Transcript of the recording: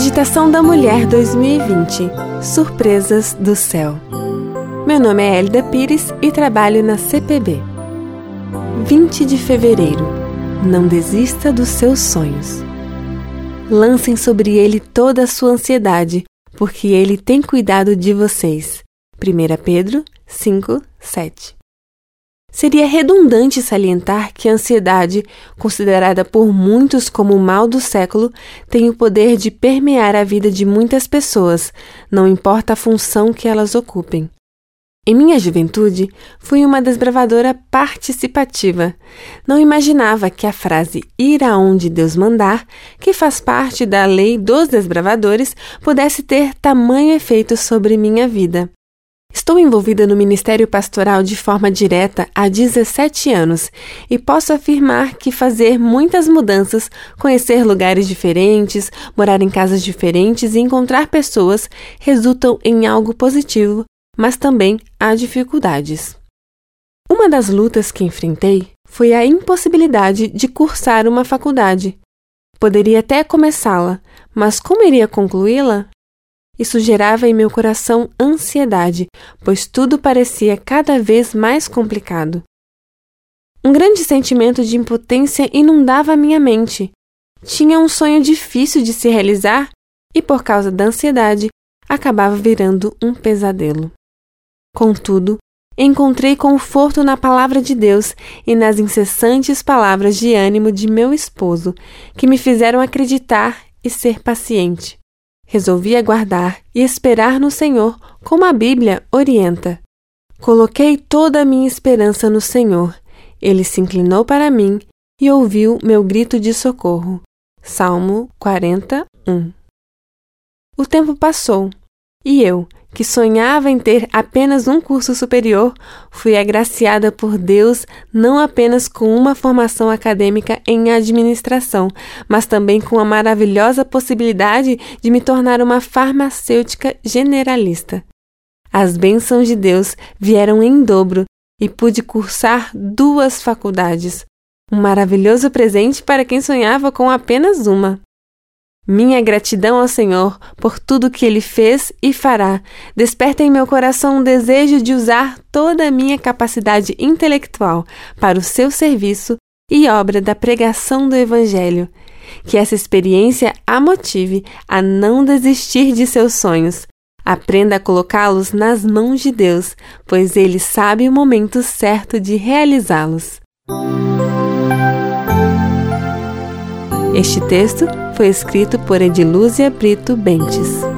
Meditação da Mulher 2020 – Surpresas do Céu. Meu nome é Hélida Pires e trabalho na CPB. 20 de fevereiro. Não desista dos seus sonhos. Lancem sobre ele toda a sua ansiedade, porque ele tem cuidado de vocês. 1 Pedro 5:7. Seria redundante salientar que a ansiedade, considerada por muitos como o mal do século, tem o poder de permear a vida de muitas pessoas, não importa a função que elas ocupem. Em minha juventude, fui uma desbravadora participativa. Não imaginava que a frase ir aonde Deus mandar, que faz parte da lei dos desbravadores, pudesse ter tamanho efeito sobre minha vida. Estou envolvida no ministério pastoral de forma direta há 17 anos e posso afirmar que fazer muitas mudanças, conhecer lugares diferentes, morar em casas diferentes e encontrar pessoas resultam em algo positivo, mas também há dificuldades. Uma das lutas que enfrentei foi a impossibilidade de cursar uma faculdade. Poderia até começá-la, mas como iria concluí-la? Isso gerava em meu coração ansiedade, pois tudo parecia cada vez mais complicado. Um grande sentimento de impotência inundava a minha mente. Tinha um sonho difícil de se realizar e, por causa da ansiedade, acabava virando um pesadelo. Contudo, encontrei conforto na palavra de Deus e nas incessantes palavras de ânimo de meu esposo, que me fizeram acreditar e ser paciente. Resolvi aguardar e esperar no Senhor, como a Bíblia orienta. Coloquei toda a minha esperança no Senhor. Ele se inclinou para mim e ouviu meu grito de socorro. Salmo 41. O tempo passou, e eu, que sonhava em ter apenas um curso superior, fui agraciada por Deus não apenas com uma formação acadêmica em administração, mas também com a maravilhosa possibilidade de me tornar uma farmacêutica generalista. As bênçãos de Deus vieram em dobro e pude cursar 2 faculdades, um maravilhoso presente para quem sonhava com apenas uma. Minha gratidão ao Senhor por tudo que Ele fez e fará desperta em meu coração um desejo de usar toda a minha capacidade intelectual para o seu serviço e obra da pregação do Evangelho. Que essa experiência a motive a não desistir de seus sonhos. Aprenda a colocá-los nas mãos de Deus, pois Ele sabe o momento certo de realizá-los. Este texto foi escrito por Edilúzia Brito Bentes.